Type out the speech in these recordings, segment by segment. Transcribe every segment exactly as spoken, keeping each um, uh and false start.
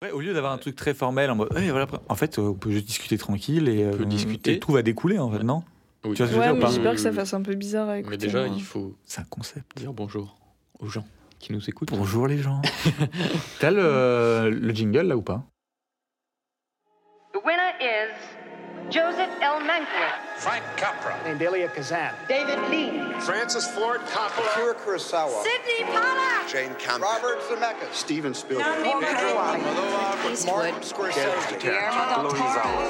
Ouais, au lieu d'avoir un truc très formel en mode, hey, voilà, en fait, on peut juste discuter tranquille et, On peut euh, discuter. et tout va découler, en fait, non? Oui. Tu vois ce que je veux Ouais, dire ou mais pas j'ai peur que ça Euh, fasse un peu bizarre à écouter. Mais déjà, moi. il faut C'est un concept. dire bonjour aux gens qui nous écoutent. Bonjour les gens. T'as le, le jingle là ou pas? The winner is Joseph L. Mankiewicz. Frank Capra. And Delia Kazan. David Lean. Francis Ford Coppola. Akira Kurosawa. Sidney Pollack. Jane Campion. Robert Zemeckis. Steven Spielberg. Eastwood. Scorsese. Guillermo del Toro.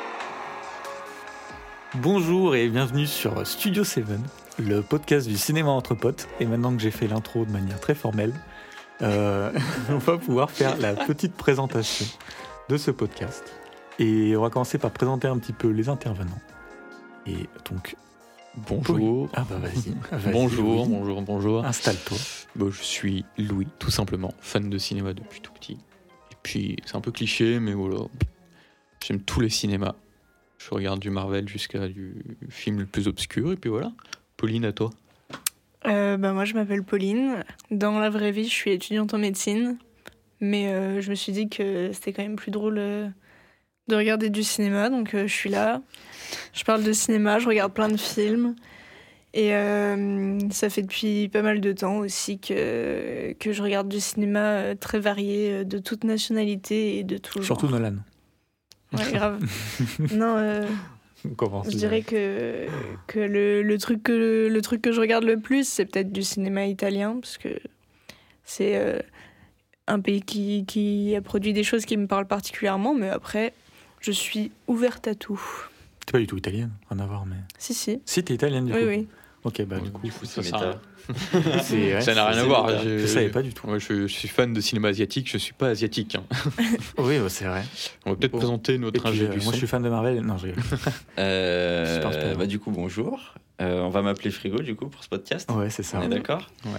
Bonjour et bienvenue sur Studio Seven, le podcast du cinéma entre potes. Et maintenant que j'ai fait l'intro de manière très formelle, euh, on va pouvoir faire la petite présentation de ce podcast. Et on va commencer par présenter un petit peu les intervenants. Et donc, Bonjour. ah bah vas-y. vas-y, Bonjour, oui. bonjour, bonjour. Installe-toi. Bon, je suis Louis, tout simplement, fan de cinéma depuis tout petit. Et puis, c'est un peu cliché, mais voilà. J'aime tous les cinémas. Je regarde du Marvel jusqu'à du film le plus obscur, et puis voilà. Pauline, à toi. Euh, bah, moi, je m'appelle Pauline. Dans la vraie vie, je suis étudiante en médecine. Mais euh, je me suis dit que c'était quand même plus drôle euh, de regarder du cinéma. Donc, euh, je suis là. Je parle de cinéma, je regarde plein de films. Et euh, ça fait depuis pas mal de temps aussi que, que je regarde du cinéma euh, très varié, euh, de toute nationalité et de tout genre. Surtout Nolan. Ouais, grave. non, euh, On commence. je dirais que, que le, le, truc que le truc que je regarde le plus, c'est peut-être du cinéma italien, parce que c'est euh, un pays qui, qui a produit des choses qui me parlent particulièrement, mais après, je suis ouverte à tout. T'es pas du tout italienne, rien à voir, mais. Si, si. Si, t'es italienne du Oui, coup. oui. Ok, bah du coup, ça, c'est ça, méta. c'est, ouais, ça n'a rien c'est- à voir. Je Je- savais pas du tout. Moi, je, je suis fan de cinéma asiatique, je suis pas asiatique. hein. Oui, bah, c'est vrai. On va peut-être Bon. présenter Et notre puis, ingé euh, du moi, son. je suis fan de Marvel. Non, je rigole. Euh, Super, super. bah, du coup, bonjour. Euh, on va m'appeler Frigo, du coup, pour ce podcast. Ouais, c'est ça. On est d'accord Ouais.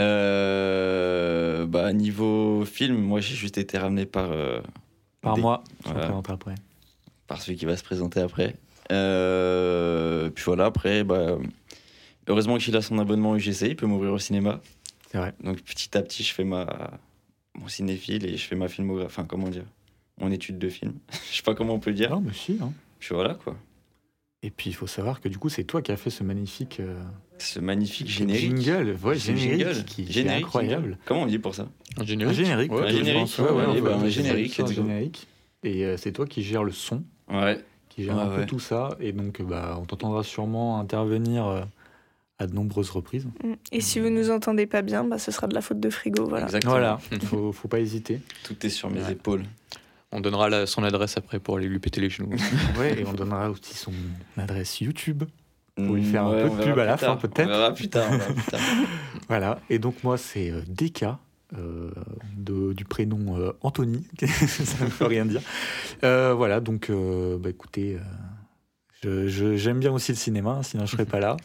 Euh, bah, niveau film, moi, j'ai juste été ramené par, euh, Par des- moi, je voilà. vais présenter après. par celui qui va se présenter après. Euh, puis voilà, après, bah, heureusement qu'il a son abonnement U G C, il peut m'ouvrir au cinéma. C'est vrai. Donc, petit à petit, je fais ma, mon cinéphile et je fais ma filmographie. Enfin, comment dire Mon étude de film. Je sais pas comment on peut le dire. Non, mais si. Hein. Puis voilà, quoi. Et puis, il faut savoir que du coup, c'est toi qui as fait ce magnifique euh, Ce magnifique générique. jingle. Ouais, Ce générique jingle. qui qui est Générique, incroyable. jingle. Comment on dit pour ça Un Un générique. générique. Ouais, peut-être, un je générique, pense. ouais, ouais, on bah, peut un dire générique, ça, un let's go. générique. Et euh, c'est toi qui gères le son, Ouais. qui gère Ouais, un peu ouais. tout ça. Et donc, bah, on t'entendra sûrement intervenir euh, à de nombreuses reprises. Et si vous nous entendez pas bien, bah, ce sera de la faute de Frigo. Voilà. Exactement. Voilà, faut, faut pas hésiter. Tout est sur mes Ouais. épaules. On donnera la- son adresse après pour aller lui péter les genoux. Ouais, et on donnera aussi son adresse YouTube. Faut lui faire un Ouais, peu de on pub verra à la plus fin, tard. peut-être. On verra plus tard. on verra plus tard. Voilà, et donc moi c'est euh, D K, euh, de- du prénom euh, Anthony, ça ne veut rien dire. Euh, voilà, donc euh, bah, écoutez, euh, je- je- j'aime bien aussi le cinéma, sinon je serais pas là.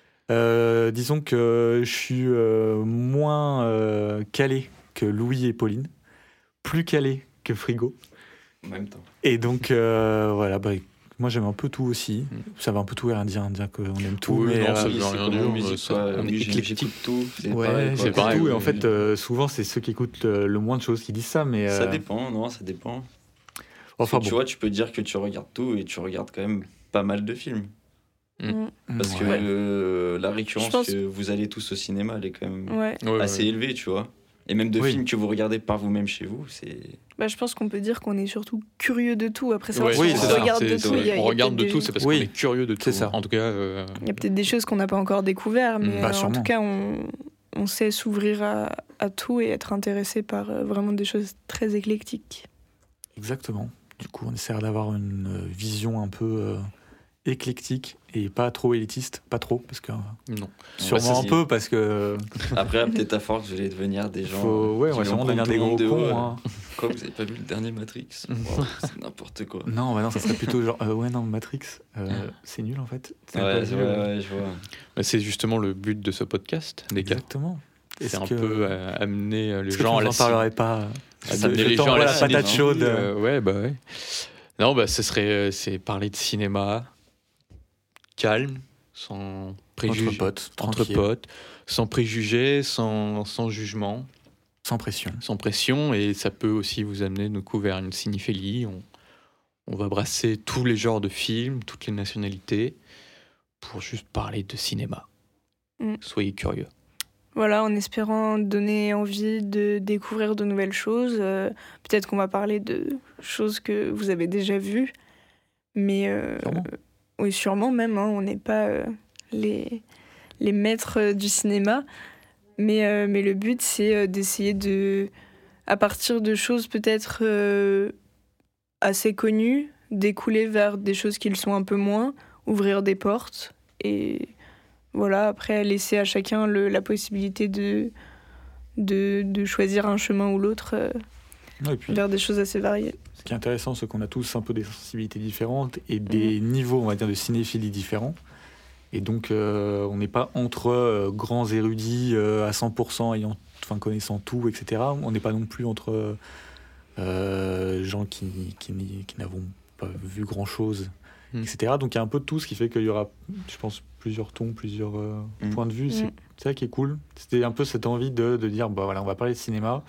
Euh, disons que je suis euh, moins euh, calé que Louis et Pauline, plus calé que Frigo. En même temps. Et donc euh, voilà, bah, moi j'aime un peu tout aussi. Ça va un peu tout et rien dire, dire qu'on aime tout. Oui, mais, non, euh, ça Oui, veut c'est rien comme dire, en musique, ça, quoi. on est Oui, j'ai- éclectique. j'écoute tout. C'est Ouais, pareil, quoi. j'écoute pareil, tout, oui, et en fait, oui. euh, souvent, c'est ceux qui écoutent euh, le moins de choses qui disent ça, mais... Ça euh, dépend, non, ça dépend. Enfin, Parce que Tu bon. vois, tu peux dire que tu regardes tout et tu regardes quand même pas mal de films. Mm. Parce que Ouais. euh, la récurrence Je pense- que vous allez tous au cinéma, elle est quand même Ouais. Ouais, assez ouais. élevée, tu vois. Et même de Oui. films que vous regardez par vous-même chez vous, c'est... Bah, je pense qu'on peut dire qu'on est surtout curieux de tout. Après, c'est Ouais, vrai Oui, qu'on c'est ça, regarde de c'est- tout. Il y a- il y on a regarde de peut-être tout, des- c'est parce Oui. qu'on est curieux de tout. C'est ça. En tout cas, euh, Il y a peut-être des choses qu'on n'a pas encore découvertes, mais Bah, euh, en sûrement. tout cas, on, on sait s'ouvrir à, à tout et être intéressé par euh, vraiment des choses très éclectiques. Exactement. Du coup, on essaiera d'avoir une euh, vision un peu euh, éclectique et pas trop élitiste. Pas trop, parce que... euh, non. sûrement ça, un c'est- peu, parce que... Après, peut-être à force, vous allez devenir des gens... faut... Ouais, qui on va vont sûrement devenir prendre des tout le gros monde de haut. cons. Hein. Quoi, vous avez pas vu le dernier Matrix Wow, c'est n'importe quoi. Non, bah non, ça serait plutôt genre... euh, ouais, non, Matrix, euh, c'est nul, en fait. C'est Ouais, pas ouais, nul. ouais, je vois. Bah, c'est justement le but de ce podcast, les gars. Exactement. C'est Est-ce un que- peu euh, amener euh, les Est-ce que gens tu à la n'en parlerais pas à Je- amener je les gens à t'envoie la la patate cinéma. chaude. Euh, ouais, bah ouais. Non, bah ce serait euh, c'est parler de cinéma calme, sans préjugés, Entre potes, entre tranquille. potes, sans préjugés, sans, sans jugement. Sans pression. sans pression, et ça peut aussi vous amener du coup vers une cinéphilie. On, on va brasser tous les genres de films, toutes les nationalités, pour juste parler de cinéma. Mm. Soyez curieux. Voilà, en espérant donner envie de découvrir de nouvelles choses. Euh, peut-être qu'on va parler de choses que vous avez déjà vues. Mais euh, Sûrement. oui, sûrement même. Hein, on n'est pas euh, les, les maîtres euh, du cinéma. Mais, euh, mais le but, c'est euh, d'essayer de, à partir de choses peut-être euh, assez connues, d'écouler vers des choses qui le sont un peu moins, ouvrir des portes. Et voilà, après, laisser à chacun le, la possibilité de, de, de choisir un chemin ou l'autre euh, Ouais, et puis, vers des choses assez variées. ce qui est intéressant, c'est qu'on a tous un peu des sensibilités différentes et des niveaux, on va dire, de cinéphilie différents. Et donc, euh, on n'est pas entre euh, grands érudits euh, à cent pour cent ayant, enfin, connaissant tout, et cetera. On n'est pas non plus entre euh, gens qui, qui, n'y- qui n'avons pas vu grand-chose, Mm. et cetera. Donc, il y a un peu de tout, ce qui fait qu'il y aura, je pense, plusieurs tons, plusieurs euh, Mm. points de vue. C'est Mm. c'est ça qui est cool. C'était un peu cette envie de, de dire, bah voilà, on va parler de cinéma.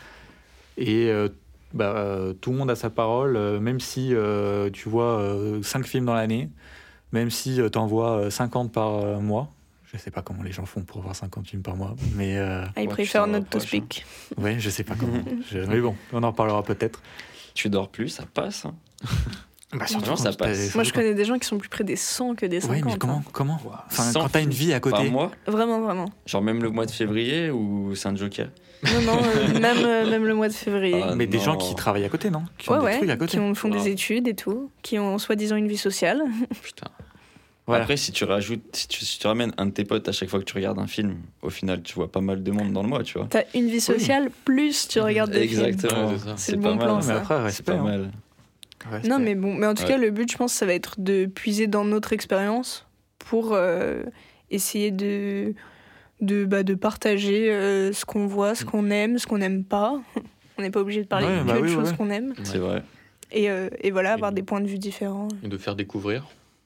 Et euh, bah, euh, tout le monde a sa parole, euh, même si euh, tu vois cinq films dans l'année, même si tu en vois cinquante par euh, mois. Je sais pas comment les gens font pour voir cinquante films par mois, mais euh, Ah, ils Ouais, préfèrent tu t'en not to rapproches, hein. speak. ouais, je sais pas comment. Je- mais bon, on en reparlera peut-être. Tu dors plus, ça passe. Hein. Bah, surtout ça quand t'as- passe. Moi, je connais des gens qui sont plus près des cent que des Ouais, cinquante. mais comment, hein. comment enfin, cent quand t'as une vie à Par côté. mois, Vraiment, vraiment. genre même le mois de février ou c'est un joker. Non, non, euh, même, euh, même le mois de février. Ah, Mais des non. gens qui travaillent à côté, non? Qui ont ouais, des ouais, trucs à côté. qui ont, font Wow. des études et tout, qui ont soi-disant une vie sociale. Putain. Voilà. Après, si tu rajoutes, si tu, si tu ramènes un de tes potes à chaque fois que tu regardes un film, au final, tu vois pas mal de monde dans le mois, tu vois. T'as une vie sociale, plus tu regardes des films. Exactement. Ouais, c'est ça. C'est le pas bon mal, plan, mais ça. après, C'est respect. pas hein. mal. Respect. Non, mais bon, mais en tout Ouais. cas, le but, je pense, ça va être de puiser dans notre expérience pour euh, essayer de, de, bah, de partager euh, ce qu'on voit, ce qu'on aime, ce qu'on n'aime pas. On n'est pas obligé de parler Ouais, que bah de oui, choses ouais. qu'on aime. C'est vrai. Et, euh, et voilà, avoir Et- des points de vue différents, Et de faire découvrir.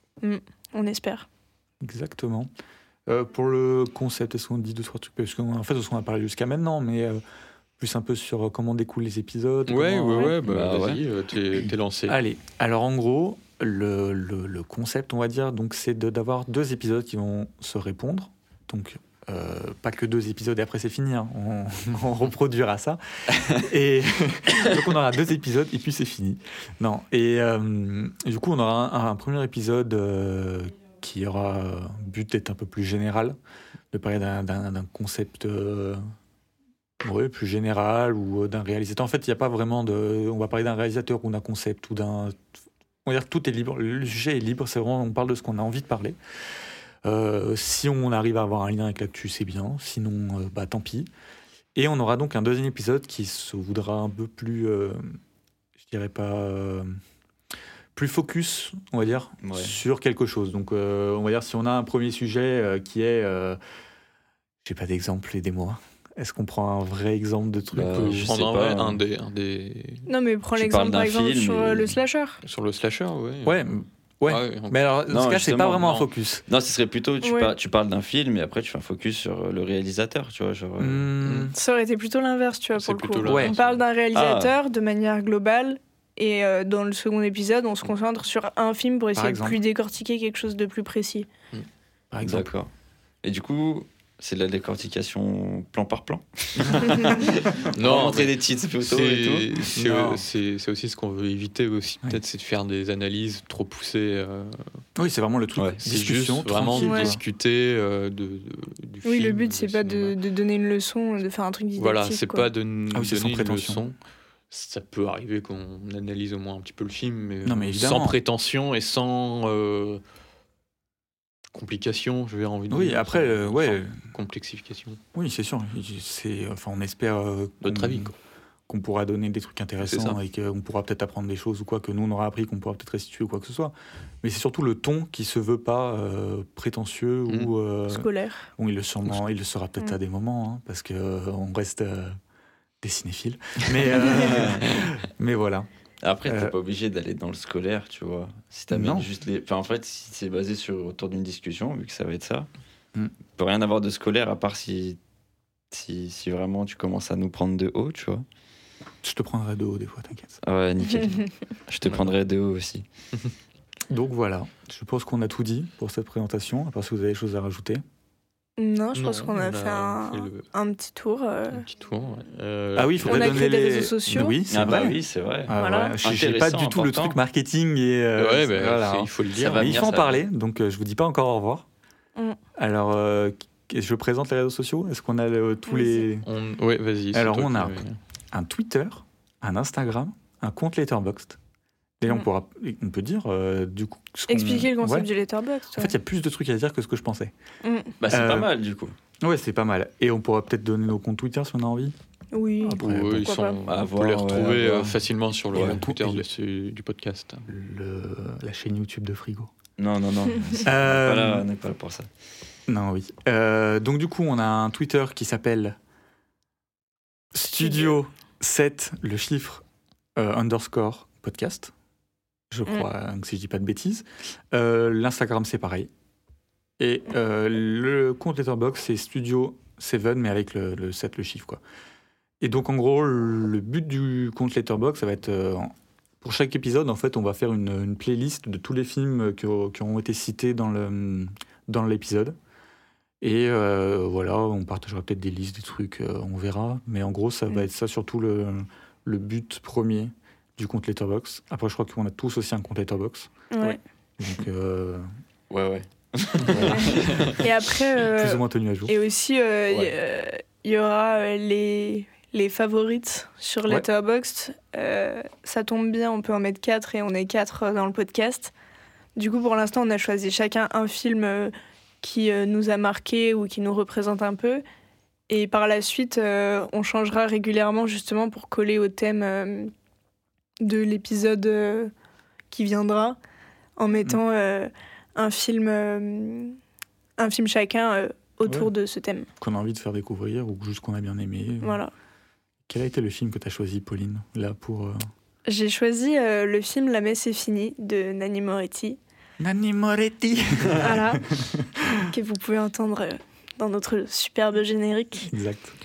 on espère. Exactement. Euh, pour le concept, est-ce qu'on dit deux, trois trucs? Parce qu'en fait, on a parlé jusqu'à maintenant, mais euh, plus un peu sur euh, comment découlent les épisodes. Ouais, comment- ouais, ouais, bah, Bah, vas-y, euh, t'es, t'es lancé. Allez, alors en gros, le, le, le concept, on va dire, donc, c'est de, d'avoir deux épisodes qui vont se répondre. Donc, euh, pas que deux épisodes et après c'est fini, hein. on, on reproduira ça. Et donc, on aura deux épisodes et puis c'est fini. Non, et euh, du coup, on aura un, un premier épisode euh, qui aura euh, but d'être un peu plus général, de parler d'un, d'un, d'un concept. Euh, Ouais, plus général ou euh, d'un réalisateur. En fait, il n'y a pas vraiment de. On va parler d'un réalisateur ou d'un concept ou d'un. On va dire que tout est libre. Le sujet est libre. C'est vraiment. On parle de ce qu'on a envie de parler. Euh, si on arrive à avoir un lien avec l'actu, c'est bien. Sinon, euh, bah tant pis. Et on aura donc un deuxième épisode qui se voudra un peu plus. Euh, je dirais pas. Euh, plus focus, on va dire, Ouais. sur quelque chose. Donc, euh, on va dire si on a un premier sujet euh, qui est. Euh, j'ai pas d'exemple, aidez-moi. Est-ce qu'on prend un vrai exemple de truc Bah, euh, je Prendre sais un, pas, vrai- hein. un des, un des. Non, mais prends Tu l'exemple, parles par d'un exemple, film sur et- euh, le slasher. Sur le slasher, ouais. Ouais, m- ouais. Ah ouais, on- Mais alors, dans Non, ce cas, c'est justement, pas vraiment un non. focus. Non, ce serait plutôt, tu, Ouais. par- tu parles d'un film et après tu fais un focus sur le réalisateur, tu vois. Genre, euh, Hmm, Ça aurait été plutôt l'inverse, tu vois, C'est pour le plutôt coup. l'inverse, On parle ouais. d'un réalisateur de manière globale. Et euh, dans le second épisode, on se concentre sur un film pour essayer de exemple. plus décortiquer quelque chose de plus précis. par exemple. D'accord. Et du coup, c'est de la décortication plan par plan. Non, montrer mais des petites photos et tout. c'est, c'est, Non. c'est, c'est aussi ce qu'on veut éviter aussi, Ouais. peut-être, c'est de faire des analyses trop poussées. euh, Oui, c'est vraiment le truc. Ouais, c'est Discussion, juste vraiment tranquille, de Ouais. quoi. discuter euh, de, de- du Oui, film, le but, du c'est pas de, cinéma. de donner une leçon, de faire un truc didactique. Voilà, c'est quoi. pas de n- Ah oui, c'est sans donner une prétention. leçon. Ça peut arriver qu'on analyse au moins un petit peu le film, mais, Non, mais euh, évidemment. sans prétention et sans euh, complication, je vais envie de Oui, dire. après, sans- euh, ouais. sans complexification. Oui, c'est sûr. C'est, enfin, on espère euh, Notre qu'on- avis, quoi. qu'on pourra donner des trucs intéressants ça. et qu'on pourra peut-être apprendre des choses ou quoi que nous on aura appris, qu'on pourra peut-être restituer ou quoi que ce soit. Mais c'est surtout le ton qui se veut pas euh, prétentieux Mm. ou euh, Scolaire. bon, il le sûrement, il le sera peut-être Mm. à des moments hein, parce que euh, on reste euh, des cinéphiles. Mais euh, mais voilà. Après, t'es Euh, pas obligé d'aller dans le scolaire, tu vois. Si Non. t'amènes juste les. Enfin, en fait, si c'est basé sur autour d'une discussion, vu que ça va être ça, Mm. il peut rien avoir de scolaire à part si Si, si vraiment tu commences à nous prendre de haut, tu vois. Je te prendrai de haut des fois, t'inquiète. Ah ouais, nickel. Je te prendrai de haut aussi. Donc voilà, je pense qu'on a tout dit pour cette présentation, à part si vous avez des choses à rajouter. Non, je pense Non, qu'on a on fait un, fait le- un petit tour. euh. Un petit tour. Ouais. Euh, Ah oui, il faudrait On a donner créé des les réseaux sociaux. Oui, c'est Ah bah vrai. oui, c'est vrai. Ah, Voilà. voilà. J'ai- J'ai pas Intéressant, du tout le important. truc marketing et euh, ouais, bah, voilà. c'est- il faut le Ça dire. va Mais il venir, faut en ça parler, donc euh, je vous dis pas encore au revoir. Mm. Alors, euh, je présente les réseaux sociaux. Est-ce qu'on a le- tous Vas-y. les On... Ouais, vas-y. c'est Alors, toi on qui a- avais- un Twitter, un Instagram, un compte Letterboxd. Et on Mm. pourra, on peut dire euh, du coup. ce qu'on- Expliquer le concept Ouais. du Letterboxd. En fait, il y a plus de trucs à dire que ce que je pensais. Mm. Bah, c'est Euh, pas mal du coup. Ouais, c'est pas mal. Et on pourra peut-être donner nos comptes Twitter si on a envie. Oui. Après, Ouais, ils pourquoi sont, pas. À on voir, peut les ouais, retrouver à voir. euh, facilement sur le Et compte le- Twitter et le- de ce- du podcast. Le, la chaîne YouTube de Frigo. Non, non, non. on Euh, n'est pas là, on n'est pas là pour ça. Non, oui. Euh, donc, du coup, on a un Twitter qui s'appelle Studio sept, le chiffre euh, underscore podcast. Je crois, hein, si je dis pas de bêtises. Euh, L'Instagram, c'est pareil. Et euh, le compte Letterboxd, c'est Studio sept, mais avec le, le sept, le chiffre, quoi. Et donc, en gros, le but du compte Letterboxd, ça va être... euh, pour chaque épisode, en fait, on va faire une, une playlist de tous les films qui, ont- qui ont été cités dans le dans l'épisode. Et euh, voilà, on partagera peut-être des listes, des trucs, euh, on verra. Mais en gros, ça Mm. va être ça surtout le, le but premier du compte Letterboxd. Après, je crois qu'on a tous aussi un compte Letterboxd. Ouais. Donc, euh, Ouais, ouais. Et après, euh, plus ou moins tenu à jour. et aussi, euh, il y- Ouais. euh, il y, aura euh, les, les favorites sur Ouais. Letterboxd. Euh, ça tombe bien, on peut en mettre quatre et on est quatre euh, dans le podcast. Du coup, pour l'instant, on a choisi chacun un film euh, qui euh, nous a marqué ou qui nous représente un peu. Et par la suite, euh, on changera régulièrement justement pour coller au thème euh, de l'épisode euh, qui viendra, en mettant euh, un film, euh, un film chacun euh, autour Ouais. de ce thème. Qu'on a envie de faire découvrir ou juste qu'on a bien aimé. Voilà. Quel a été le film que tu as choisi, Pauline, là, pour... euh, J'ai choisi euh, le film La messe est finie de Nanni Moretti, Nanni Moretti. voilà, que vous pouvez entendre euh, dans notre superbe générique. Exact.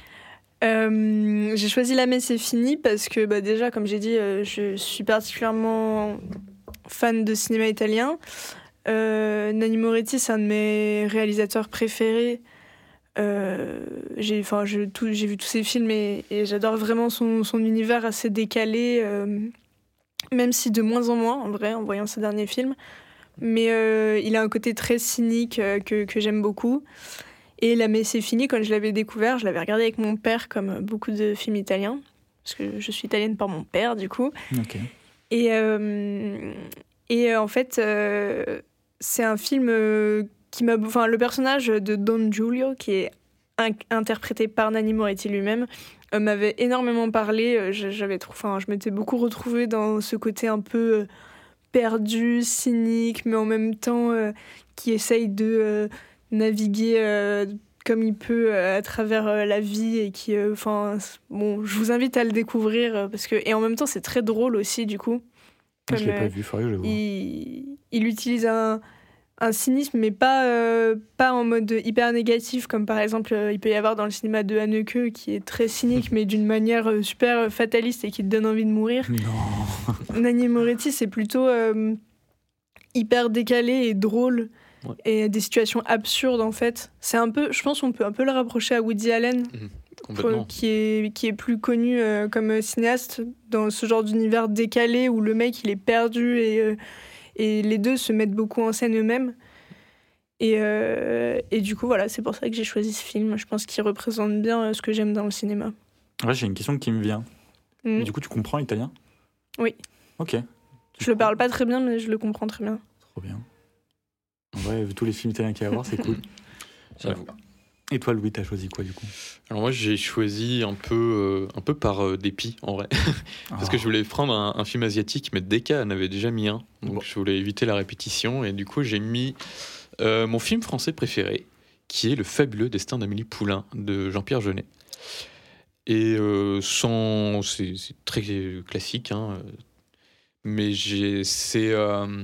Euh, j'ai choisi La messe est finie parce que bah, déjà, comme j'ai dit, euh, je suis particulièrement fan de cinéma italien. Euh, Nanni Moretti, c'est un de mes réalisateurs préférés. Euh, j'ai, enfin, je, tout, j'ai vu tous ses films et, et j'adore vraiment son, son univers assez décalé, euh, même si de moins en moins, en vrai, en voyant ses derniers films. Mais euh, il a un côté très cynique euh, que, que j'aime beaucoup. Et La messe est finie, quand je l'avais découvert, je l'avais regardé avec mon père, comme beaucoup de films italiens, parce que je suis italienne par mon père, du coup. Ok. Et, euh, et euh, en fait, euh, c'est un film euh, qui m'a... Enfin, le personnage de Don Giulio, qui est in- interprété par Nanni Moretti lui-même, euh, m'avait énormément parlé. Euh, je- J'avais trou- enfin, je m'étais beaucoup retrouvée dans ce côté un peu euh, perdu, cynique, mais en même temps euh, qui essaye de euh, naviguer euh, comme il peut euh, à travers euh, la vie et qui... euh, Enfin, bon, je vous invite à le découvrir euh, parce que... Et en même temps, c'est très drôle aussi, du coup. Je l'ai Comme, pas euh, vu, faudrait que je le voie. il, il utilise un, un cynisme, mais pas, euh, pas en mode hyper négatif, comme par exemple euh, il peut y avoir dans le cinéma de Haneke, qui est très cynique, mais d'une manière euh, super fataliste et qui te donne envie de mourir. Non. Nanni Moretti, c'est plutôt euh, hyper décalé et drôle, Ouais. et des situations absurdes en fait. C'est un peu, je pense qu'on peut un peu le rapprocher à Woody Allen, Complètement. qui est, qui est plus connu euh, comme cinéaste dans ce genre d'univers décalé où le mec il est perdu et, euh, et les deux se mettent beaucoup en scène eux-mêmes. Et, euh, et du coup, voilà, c'est pour ça que j'ai choisi ce film. Je pense qu'il représente bien euh, ce que j'aime dans le cinéma. Ouais, j'ai une question qui me vient. Mhm. Du coup, tu comprends l'italien? Oui. Ok. Je le parle pas très bien, mais je le comprends très bien. Trop bien. En vrai, vu tous les films italiens qu'il y a à voir, c'est cool. J'avoue. Et toi, Louis, t'as choisi quoi du coup? Alors moi j'ai choisi un peu, euh, un peu par euh, dépit en vrai, parce que je voulais prendre un, un film asiatique, mais Deka en avait déjà mis un, donc Bon. je voulais éviter la répétition, et du coup j'ai mis euh, mon film français préféré, qui est Le fabuleux destin d'Amélie Poulain de Jean-Pierre Jeunet. Et euh, sans, c'est, c'est très classique, hein, euh, mais j'ai, c'est euh,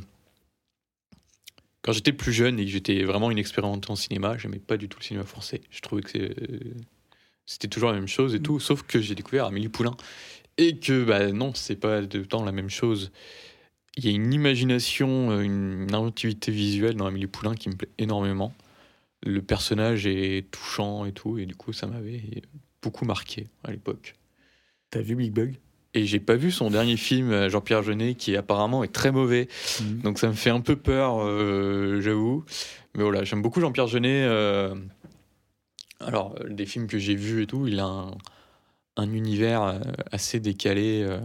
quand j'étais plus jeune et que j'étais vraiment inexpérimenté en cinéma, j'aimais pas du tout le cinéma français. Je trouvais que c'est, c'était toujours la même chose et tout, sauf que j'ai découvert Amélie Poulain. Et que, bah non, c'est pas de temps la même chose. Il y a une imagination, une inventivité visuelle dans Amélie Poulain qui me plaît énormément. Le personnage est touchant et tout, et du coup, ça m'avait beaucoup marqué à l'époque. T'as vu Big Bug? Et j'ai pas vu son dernier film, Jean-Pierre Jeunet, qui apparemment est très mauvais. Mmh. Donc ça me fait un peu peur, euh, j'avoue. Mais voilà, j'aime beaucoup Jean-Pierre Jeunet. Euh... Alors, des films que j'ai vus et tout, il a un, un univers assez décalé euh...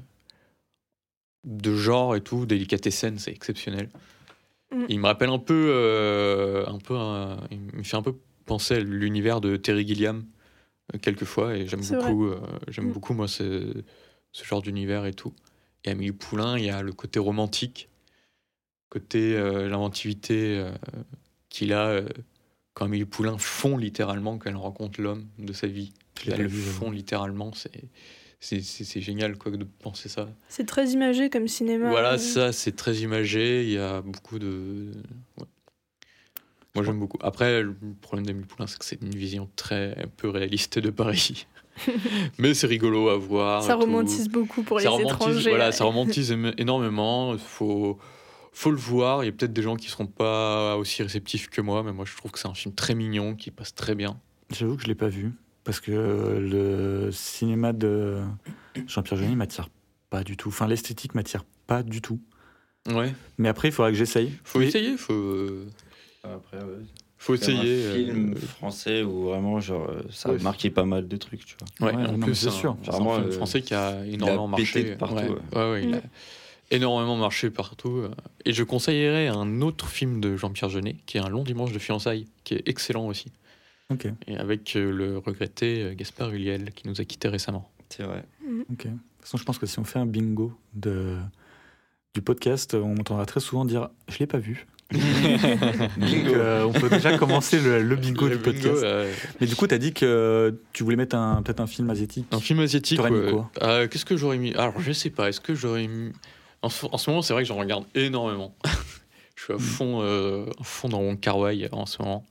de genre et tout, délicatessen, c'est exceptionnel. Mmh. Il me rappelle un peu, euh, un peu un... il me fait un peu penser à l'univers de Terry Gilliam, euh, quelquefois, et j'aime c'est beaucoup, euh, j'aime mmh. beaucoup, moi, ce, ce genre d'univers et tout. Et Amélie Poulain, il y a le côté romantique, côté euh, l'inventivité euh, qu'il a euh, quand Amélie Poulain fond littéralement, quand elle rencontre l'homme de sa vie. Elle le fond littéralement, c'est... C'est, c'est, c'est génial quoi, de penser ça. C'est très imagé comme cinéma. Voilà, euh... ça, c'est très imagé. Il y a beaucoup de... Ouais. Moi, j'aime beaucoup. Après, le problème d'Amélie Poulain, c'est que c'est une vision très peu réaliste de Paris. Mais c'est rigolo à voir. Ça romantise tout. beaucoup pour ça les étrangers. Voilà, ça romantise énormément. Il faut, faut le voir. Il y a peut-être des gens qui ne seront pas aussi réceptifs que moi, mais moi, je trouve que c'est un film très mignon, qui passe très bien. J'avoue que je ne l'ai pas vu. Parce que le cinéma de Jean-Pierre Jeunet m'attire pas du tout. Enfin, l'esthétique m'attire pas du tout. Ouais. Mais après, il faudra que j'essaye. Faut Mais... essayer, faut. Après, ouais. Faut essayer. Un film euh... français où vraiment, genre, ça a ouais. marqué pas mal de trucs, tu vois. Ouais, ouais en non, plus, c'est, c'est sûr. C'est un film euh, français qui a énormément il a marché. Pété de partout. Ouais, ouais. ouais, ouais, il a énormément marché partout. Et je conseillerais un autre film de Jean-Pierre Jeunet, qui est Un long dimanche de fiançailles, qui est excellent aussi. Okay. Et avec euh, le regretté Gaspard Ulliel qui nous a quittés récemment. C'est vrai. Ok. De toute façon, je pense que si on fait un bingo de, du podcast, on m'entendra très souvent dire « je l'ai pas vu ». Donc euh, on peut déjà commencer le, le bingo le du bingo, podcast. Euh... Mais du coup, tu as dit que tu voulais mettre un, peut-être un film asiatique. Un film asiatique, T'aurais ouais. mis quoi euh, Qu'est-ce que j'aurais mis? Alors, je sais pas. Est-ce que j'aurais mis... En, en ce moment, c'est vrai que j'en regarde énormément. Je suis à fond, euh, à fond dans mon Kar-wai en ce moment.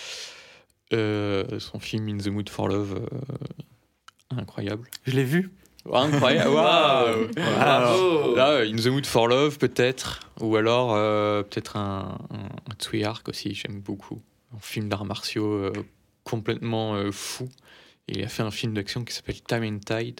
Euh, son film In the Mood for Love, euh, incroyable. Je l'ai vu. Incroyable. Waouh. Wow. Là, In the Mood for Love peut-être, ou alors euh, peut-être un, un, un Tsui-Hark aussi. J'aime beaucoup. Un film d'arts martiaux euh, complètement euh, fou. Et il a fait un film d'action qui s'appelle Time and Tide,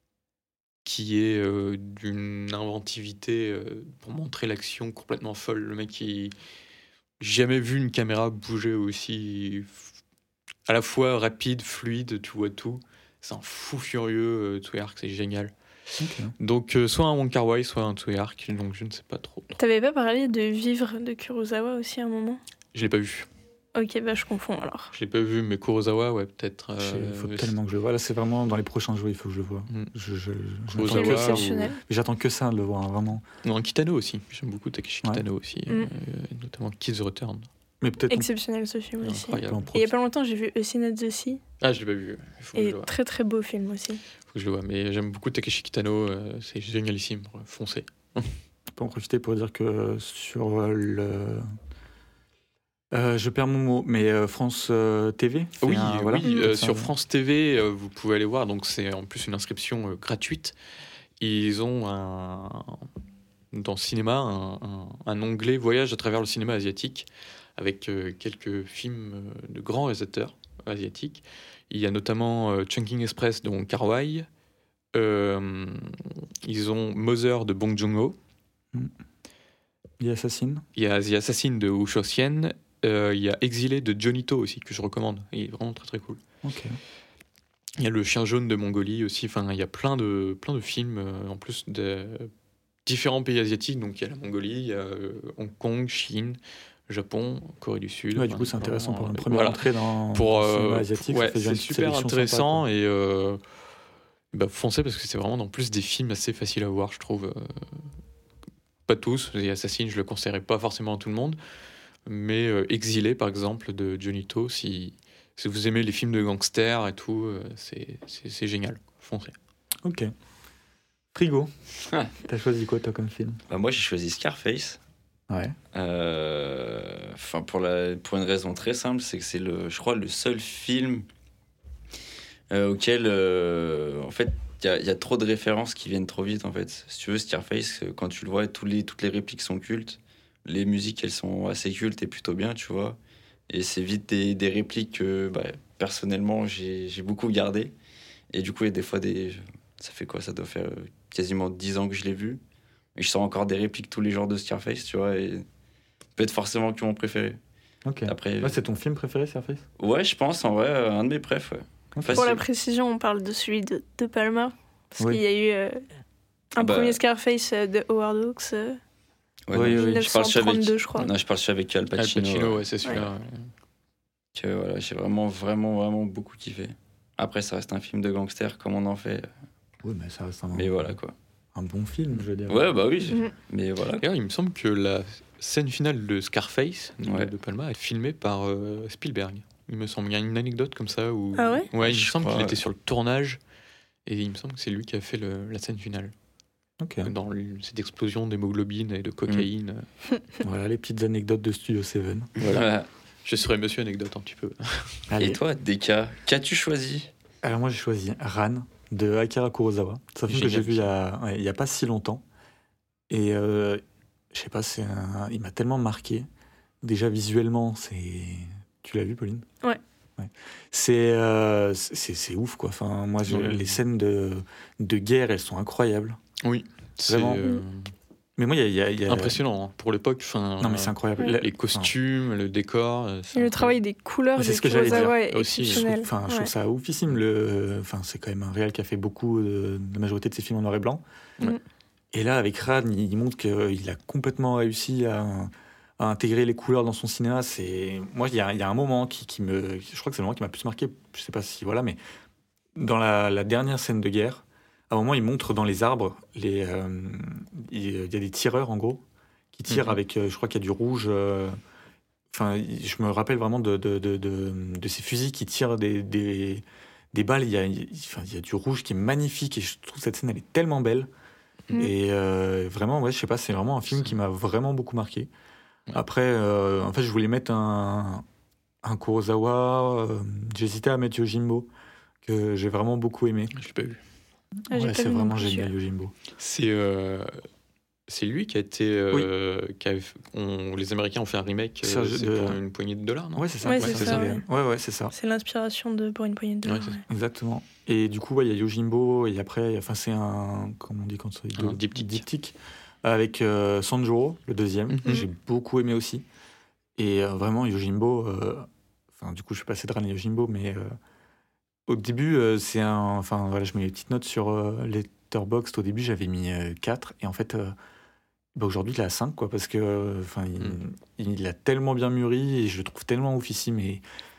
qui est euh, d'une inventivité euh, pour montrer l'action complètement folle. Le mec, il jamais vu une caméra bouger aussi à la fois rapide, fluide, tu vois tout. C'est un fou furieux, euh, Tsui-Hark, c'est génial. Okay. Donc, euh, soit un Wong Kar-wai, soit un Tsui-Hark, donc je ne sais pas trop. T'avais pas parlé de Vivre de Kurosawa aussi à un moment? Je l'ai pas vu. Ok, bah je confonds alors. Je l'ai pas vu, mais Kurosawa, ouais, peut-être. Il euh, faut tellement que je le vois. Là, c'est vraiment dans les prochains jours, il faut que je le vois. Mm. Je, je, je, Kurosawa, c'est exceptionnel. Ou... J'attends que ça de le voir, hein, vraiment. Non, Kitano aussi. J'aime beaucoup Takeshi Kitano ouais. aussi, mm. euh, notamment Kids Return. Mais peut-être exceptionnel ce film aussi. Incroyable. Et il y a pas longtemps, j'ai vu A Scene at the Sea. Ah, je l'ai pas vu. Il faut que Et je le vois. Très très beau film aussi. Faut que je le vois. Mais j'aime beaucoup Takeshi Kitano. Euh, c'est génialissime. Foncez. Je peux en profiter pour dire que sur le Euh, je perds mon mot, mais euh, France euh, T V fait Oui, un, voilà, oui euh, sur France T V, euh, vous pouvez aller voir. Donc c'est en plus une inscription euh, gratuite. Ils ont un, dans le cinéma un, un, un onglet voyage à travers le cinéma asiatique avec euh, quelques films de grands réalisateurs asiatiques. Il y a notamment euh, Chungking Express de Wong Kar-wai. Euh, ils ont Mother de Bong Joon-ho. Mm. Il y a Assassin. Il y a The Assassin de Wu Shou-hsien. Euh, il y a Exilé de Johnny To aussi, que je recommande. Il est vraiment très très cool. Okay. Il y a Le Chien Jaune de Mongolie aussi. Enfin, il y a plein de, plein de films, euh, en plus de différents pays asiatiques. Donc il y a la Mongolie, il y a euh, Hong Kong, Chine, Japon, Corée du Sud. Ouais, du coup, c'est intéressant pour une première voilà. entrée dans pour, le euh, cinéma asiatique. Ouais, ça fait c'est super intéressant. Sympa, et euh, bah, foncez parce que c'est vraiment en plus des films assez faciles à voir, je trouve. Euh, pas tous. Et Assassin, je le conseillerais pas forcément à tout le monde. Mais euh, Exilé, par exemple, de Johnny To, si, si vous aimez les films de gangsters et tout, euh, c'est, c'est, c'est génial. Foncez. Ok. Frigo, ah. T'as choisi quoi, toi, comme film? Bah, moi, j'ai choisi Scarface. Ouais. Euh, pour, la, pour une raison très simple, c'est que c'est, le, je crois, le seul film euh, auquel, euh, en fait, il y a, y a trop de références qui viennent trop vite, en fait. Si tu veux, Scarface, euh, quand tu le vois, tous les, toutes les répliques sont cultes. Les musiques, elles sont assez cultes et plutôt bien, tu vois. Et c'est vite des, des répliques que, bah, personnellement, j'ai, j'ai beaucoup gardées. Et du coup, il y a des fois des... Ça fait quoi? Ça doit faire euh, quasiment dix ans que je l'ai vu. Et je sors encore des répliques tous les jours de Scarface, tu vois. Et peut-être forcément que mon préféré. Ok. Après, Ouais, c'est ton film préféré, Scarface? ouais, je pense, en vrai, euh, un de mes préfs, ouais. Ok. Facile. Pour la précision, on parle de celui de De Palma. Parce Oui. qu'il y a eu euh, un Bah. premier Scarface euh, de Howard Hawks, euh, Ouais, Oui, non, oui, je parle avec... mille neuf cent trente-deux, je crois. Non, je parle avec Al Al Pacino. Pacino, ouais. ouais, c'est celui-là. ouais. Que, voilà, j'ai vraiment, vraiment, vraiment beaucoup kiffé. Après, ça reste un film de gangster, comme on en fait. Oui, mais ça reste un, Mais voilà, quoi. un bon film, je veux dire. Ouais, bah oui. j'ai- Mhm. Mais voilà. D'ailleurs, il me semble que la scène finale de Scarface, de, Ouais. de Palma, est filmée par euh, Spielberg. Il me semble. Il y a une anecdote comme ça où. Ah ouais Ouais, il me Je semble crois, qu'il était ouais. sur le tournage et il me semble que c'est lui qui a fait le- la scène finale. Ok. Dans le- cette explosion d'hémoglobine et de cocaïne. Voilà les petites anecdotes de Studio Seven. Voilà. Je serais monsieur anecdote un petit peu. Allez. Et toi, Deka, qu'as-tu choisi? Alors moi j'ai choisi Ran de Akira Kurosawa. C'est un film que j'ai Génial, vu il y, a, ouais, il y a pas si longtemps. Et euh, je sais pas, c'est un- il m'a tellement marqué. Déjà visuellement, c'est... Tu l'as vu, Pauline? Ouais. Ouais. C'est, euh, c'est, c'est ouf, quoi. Enfin, moi, je- Ouais. les scènes de, de guerre, elles sont incroyables. Oui. C'est Vraiment. euh, Mais moi, il y a... il y a- il y a- impressionnant hein, pour l'époque. Enfin, Non, mais c'est incroyable. Ouais. La- les costumes, le décor. euh, c'est Et le incroyable. travail des couleurs Mais c'est de ce que j'allais Kurosawa dire. est Aussi, je trouve- exceptionnel. Enfin, je Ouais. trouve ça oufissime. Le... Enfin, c'est quand même un réal qui a fait beaucoup de la majorité de ses films en noir et blanc. Ouais. Et là, avec Ran, il il montre qu'il a complètement réussi à, à intégrer les couleurs dans son cinéma. C'est moi, il y a, il y a un moment qui, qui me, je crois que c'est le moment qui m'a plus marqué. Je sais pas si voilà, mais dans la, la dernière scène de guerre, à un moment, il montre dans les arbres les, euh, il il y a des tireurs en gros qui tirent Mhm. avec, euh, je crois qu'il y a du rouge. euh, Enfin, je me rappelle vraiment de, de, de, de, de ces fusils qui tirent des, des, des balles. Il y, a, il, enfin, il y a du rouge qui est magnifique et je trouve cette scène, elle est tellement belle. Mm. Et euh, vraiment, ouais, je sais pas, c'est vraiment un film qui m'a vraiment beaucoup marqué. Après, euh, en fait, je voulais mettre un, un Kurosawa. euh, J'hésitais à mettre Yojimbo, que j'ai vraiment beaucoup aimé. Je l'ai pas vu. Ah, j'ai Ouais, pas c'est vu non vraiment plus, génial, celui-là. Yojimbo. C'est euh, c'est lui qui a été. euh, qui a- on- les Américains ont fait un remake. euh, Serge c'est de- pour une poignée de dollars, non? Ouais, c'est ça. Ouais, ouais, c'est c'est ça, ça. ouais. Ouais, ouais, c'est ça. C'est l'inspiration de Pour une poignée de Ouais, dollars. c'est ça. ouais. Exactement. Et du coup, ouais, il y a Yojimbo, et après, enfin, c'est un. Comment on dit quand c'est Un deux- diptyque. diptyque. Avec euh, Sanjuro, le deuxième, Mhm. que j'ai beaucoup aimé aussi. Et euh, vraiment, Yojimbo. euh, Enfin, du coup, je suis passé de Ran à Yojimbo, mais euh, au début, euh, c'est un. Enfin, voilà, je mets les petites notes sur euh, Letterboxd. Au début, j'avais mis euh, quatre. Et en fait, euh, bah, aujourd'hui, il est à cinq, quoi, parce que. euh, Enfin, il, Mhm. il a tellement bien mûri et je le trouve tellement oufissime. Et.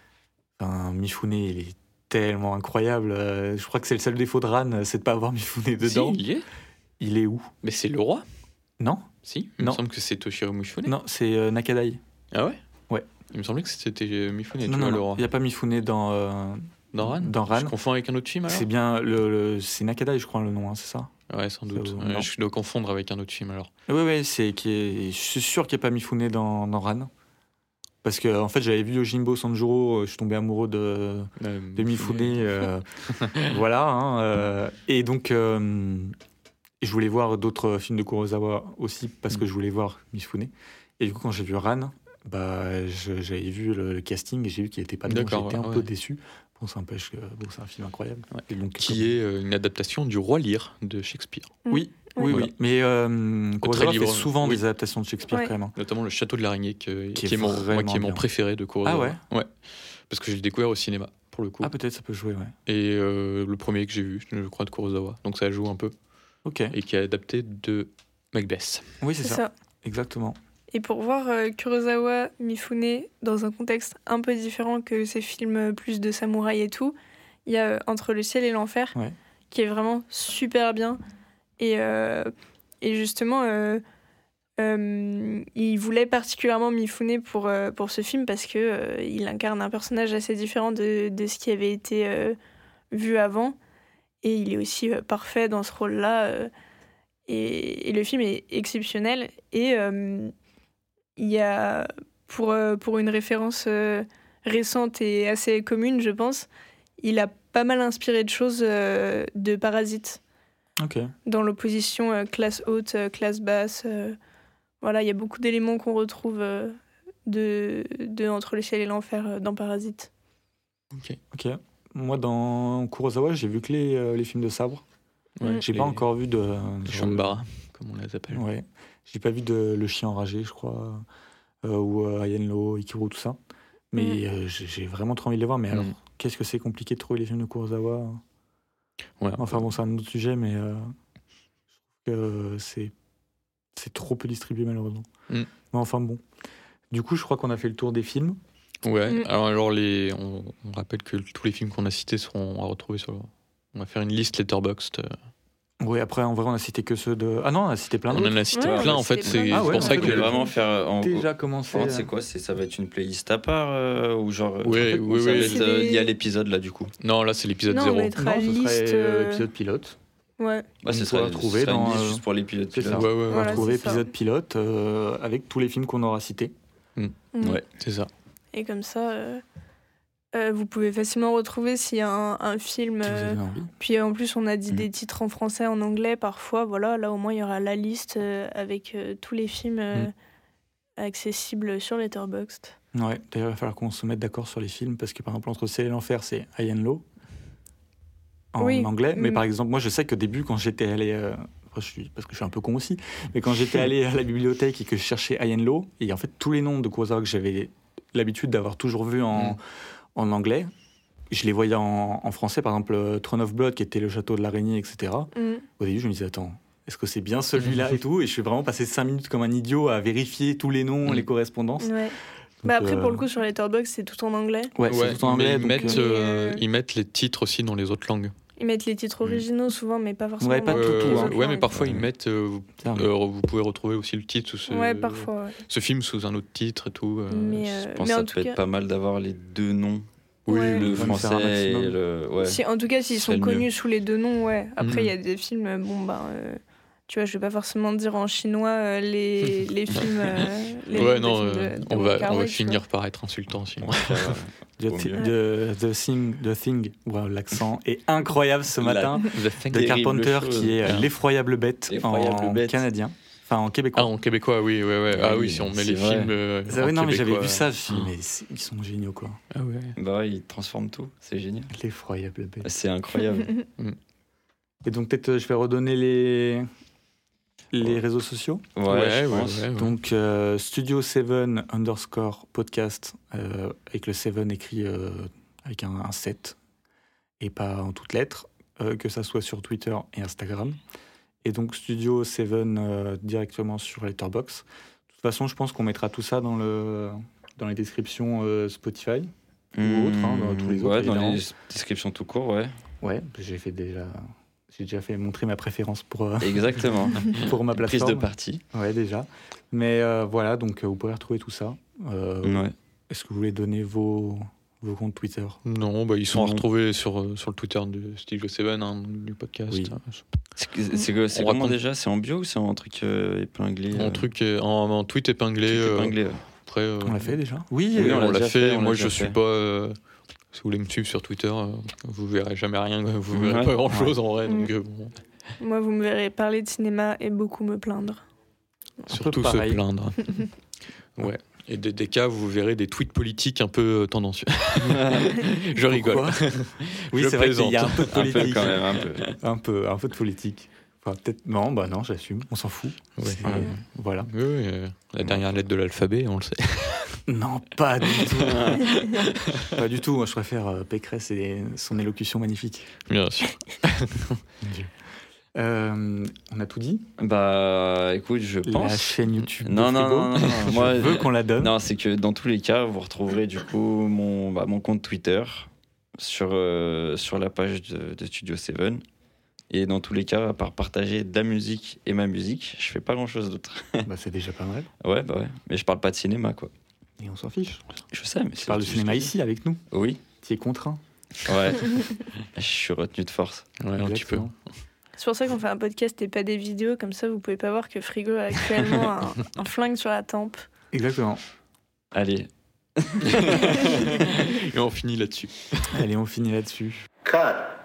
Enfin, Mifune, il est tellement incroyable. Euh, je crois que c'est le seul défaut de Ran, c'est de pas avoir Mifune dedans. Si, il y est. Il est où? Mais c'est le roi. Non? Si. Il Non. me semble que c'est Toshiro Mifune. Non, c'est euh, Nakadai. Ah ouais. Ouais. Il me semblait que c'était euh, Mifune, tu non, vois, non, le non, roi. il n'y a pas Mifune dans, euh, Dans Ran. dans Ran. Je confonds avec un autre film alors. C'est bien le, le- c'est Nakadai, je crois, le nom, hein, c'est ça? Ouais, sans doute. Ça, Ouais, non. je dois confondre avec un autre film alors. Oui, oui, c'est qui est, je suis sûr qu'il n'y a pas Mifune dans, dans Ran. Parce que en fait, j'avais vu Yojimbo Sanjuro, je suis tombé amoureux de, Euh, de Mifune. euh, voilà. Hein, euh, et donc, euh, je voulais voir d'autres films de Kurosawa aussi, parce que je voulais voir Mifune. Et du coup, quand j'ai vu Ran, bah, je- j'avais vu le, le casting et j'ai vu qu'il n'était pas dedans. D'accord, J'étais ouais, un ouais. peu déçu. Bon, ça n'empêche que bon, c'est un film incroyable. Ouais. Et donc, Qui comme- est euh, une adaptation du Roi Lear de Shakespeare. Oui, oui, Voilà. oui. Mais euh, Kurosawa libre, fait souvent oui. des adaptations de Shakespeare Ouais. quand même. hein. Notamment le Château de l'araignée, que- Qui qui, est est mon, moi, vraiment qui est mon bien. préféré de Kurosawa. Ah ouais Ouais. Parce que je l'ai découvert au cinéma, pour le coup. Ah, peut-être ça peut jouer, ouais. Et euh, le premier que j'ai vu, je crois, de Kurosawa. Donc ça joue un peu. Ok. Et qui est adapté de Macbeth. Oui, c'est C'est ça. ça. Exactement. Et pour voir euh, Kurosawa, Mifune dans un contexte un peu différent que ces films euh, plus de samouraï et tout, il y a euh, Entre le ciel et l'enfer, Ouais. qui est vraiment super bien. Et, euh, et justement, euh, euh, il voulait particulièrement Mifune pour, euh, pour ce film parce que euh, il incarne un personnage assez différent de, de ce qui avait été euh, vu avant. Et il est aussi euh, parfait dans ce rôle-là. euh, et, et le film est exceptionnel. Et euh, il y a, pour, euh, pour une référence euh, récente et assez commune, je pense, il a pas mal inspiré de choses euh, de Parasite. Ok. Dans l'opposition euh, classe haute, euh, classe basse. euh, voilà, il y a beaucoup d'éléments qu'on retrouve euh, de, de Entre le ciel et l'enfer euh, dans Parasite. Ok. Moi, dans Kurosawa, j'ai vu que les, euh, les films de sabre. Ouais, J'ai les- pas encore vu de. Les de- Shambara, comme on les appelle. Ouais. J'ai pas vu de Le Chien enragé, je crois, euh, ou euh, Ayenlo, Ikiru, tout ça. Mais Mhm. euh, j'ai j'ai vraiment trop envie de les voir. Mais alors, Mhm. qu'est-ce que c'est compliqué de trouver les films de Kurosawa. Ouais. Enfin bon, c'est un autre sujet, mais euh, je trouve que c'est c'est trop peu distribué malheureusement. Mm. Mais enfin bon. Du coup, je crois qu'on a fait le tour des films. Ouais, Mm. alors, alors les, on, on rappelle que tous les films qu'on a cités seront à retrouver sur. On va faire une liste Letterboxd. euh, Oui, après, en vrai, on a cité que ceux de. Ah non, on a cité plein On d'autres. en a cité Ouais, on plein a en fait, cité c'est plein. Ah ouais, pour on ça peut que. Je vais vraiment faire en, Déjà commencé. Par contre, euh, c'est quoi c'est, Ça va être une playlist à part euh, ou genre. Oui, en fait, oui, ça va oui. être, euh, C'est Il y a des- l'épisode là du coup. Non, là c'est l'épisode Non, on zéro. va être- Non, ce liste, serait euh, euh, épisode pilote. Ouais. Bah, On ce pourra sera, trouver ce sera une dans, liste euh, juste pour l'épisode c'est pilote. ça. Ouais, ouais, On va Voilà, retrouver c'est ça. épisode pilote euh, avec tous les films qu'on aura cités. Mm. Ouais. C'est ça. Et comme ça, euh, euh, vous pouvez facilement retrouver s'il y a un, un film. Si vous euh, avez envie. Puis en plus, on a dit Mm. des titres en français, en anglais parfois. Voilà, là au moins, il y aura la liste euh, avec euh, tous les films euh, Mm. accessibles sur Letterboxd. Ouais, d'ailleurs, il va falloir qu'on se mette d'accord sur les films parce que par exemple, entre Ciel et l'enfer, c'est High and Low en Oui. anglais. Mais Mm. par exemple, moi, je sais qu'au début, quand j'étais allé. euh, après, je suis, parce que je suis un peu con aussi, mais quand j'étais allé à la bibliothèque et que je cherchais High and Low, et en fait, tous les noms de Kurosawa que j'avais l'habitude d'avoir toujours vus en, Mm. en anglais, je les voyais en, en français. Par exemple, euh, Throne of Blood, qui était le château de l'araignée, et cetera. Mm. Au début, je me disais, attends, est-ce que c'est bien celui-là et tout? Et je suis vraiment passé cinq minutes comme un idiot à vérifier tous les noms, Mm. les correspondances. Ouais. Donc, Bah après, euh, pour le coup, sur Letterboxd, c'est tout en anglais. ouais, c'est tout en mais anglais. ils, donc, mettent, euh, euh, euh, ils mettent les titres aussi dans les autres langues. Ils mettent les titres originaux souvent, mais pas forcément. Ouais, pas dans tout, toutes tout, les hein. autres Ouais, mais langues. parfois ils Ouais. mettent. euh, vous, ça, mais- euh, vous pouvez retrouver aussi le titre sous ce, Ouais, parfois. ouais. ce film sous un autre titre et tout. euh, Mais, Je euh, pense mais que en ça tout peut cas, être pas mal d'avoir les deux noms, Oui, Ouais. le Ouais, mais faire un français et maximum. le. Ouais. si, en tout cas, s'ils ce sont serait le connus mieux. sous les deux noms, ouais. Après, il Mhm. y a des films, euh, bon, ben. euh, tu vois, je vais pas forcément dire en chinois euh, les, les films. euh, les noms ouais, des non, films euh, de- de on Wong va, on Kar-wai, va tu finir par être insultant sinon. On va faire, euh, The, Au thi- mieux. the, the Thing, the Thing. Wow, l'accent est incroyable ce La- matin. The Thing. De terrible Carpenter, chose. qui est euh, Ah. l'effroyable bête L'effroyable en bête. canadien. Enfin, en québécois. Ah, en québécois, oui, ouais, ouais. Ah Oui, oui, si on met c'est les vrai. films. euh, C'est en vrai, non, mais j'avais québécois. vu ça, je me suis dit, Ah. mais c'est- ils sont géniaux, quoi. Ah ouais. Bah ouais, ils transforment tout, c'est génial. L'effroyable bête. C'est incroyable. Et donc, peut-être, euh, je vais redonner les, les réseaux sociaux. Ouais, Ouais, je ouais, pense. ouais, ouais. Donc, euh, Studio sept underscore podcast, euh, avec le sept écrit euh, avec un, un sept et pas en toutes lettres, euh, que ça soit sur Twitter et Instagram. Et donc, Studio sept euh, directement sur Letterboxd. De toute façon, je pense qu'on mettra tout ça dans, le, dans les descriptions euh, Spotify. Ou autre, hein, dans tous les autres, Ouais, dans évidemment. les descriptions tout court, ouais. Ouais, j'ai fait déjà. J'ai déjà fait montrer ma préférence pour, euh, Exactement. pour ma Prise plateforme. de parti. Ouais, déjà. Mais euh, voilà, donc euh, vous pouvez retrouver tout ça. Euh, Ouais. Est-ce que vous voulez donner vos, vos comptes Twitter? Non, bah, ils sont à Non. retrouver sur, euh, sur le Twitter de Studio sept, hein, du podcast. Oui. C'est que- c'est que- c'est On comment raconte- déjà C'est en bio ou c'est en truc euh, épinglé En euh, truc, euh, en, en tweet épinglé. truc euh, épinglé, ouais. Après, euh, On l'a fait déjà? Oui, Oui, on on, l'a l'a déjà fait. fait, on Moi, l'a je déjà suis fait. pas. euh, si vous voulez me suivre sur Twitter, euh, vous verrez jamais rien. Vous verrez Ouais. pas grand chose en vrai. Donc, Mm. euh, bon, Moi, vous me verrez parler de cinéma et beaucoup me plaindre. surtout se pareil. plaindre. Ouais. Et des, des cas, vous verrez des tweets politiques un peu euh, tendancieux. Je rigole. Pourquoi Oui, Je c'est vrai qu'il y a un plaisante. peu de Un peu politique. quand même, un peu. Un peu, un peu de politique. Enfin, peut-être. Non, bah non, j'assume. On s'en fout. Ouais. C'est- Ouais. Voilà. Oui, oui, euh, la dernière lettre de l'alphabet, on le sait. Non, pas du tout. Pas du tout. Moi, je préfère euh, Pécresse et son élocution magnifique. Bien sûr. Mon Dieu. Euh, on a tout dit. Bah écoute, je La pense. chaîne YouTube. de Non, non, Frigo. non, non, non. Je Moi, veux qu'on la donne. Non, c'est que dans tous les cas, vous retrouverez du coup mon, bah, mon compte Twitter sur, euh, sur la page de, de Studio sept. Et dans tous les cas, à part partager de la musique et ma musique, je fais pas grand chose d'autre. Bah, c'est déjà pas mal. Ouais, bah ouais. Mais je parle pas de cinéma, quoi. Et on s'en fiche. Je sais, mais Tu c'est parles de juste cinéma que- ici avec nous. Oui, Tu es contraint. ouais. Je suis retenu de force. Ouais, un petit peu. Exactement. C'est pour ça qu'on fait un podcast et pas des vidéos, comme ça vous pouvez pas voir que Frigo a actuellement un, un flingue sur la tempe. Exactement. Allez. Et on finit là-dessus. Allez, on finit là-dessus. Cut.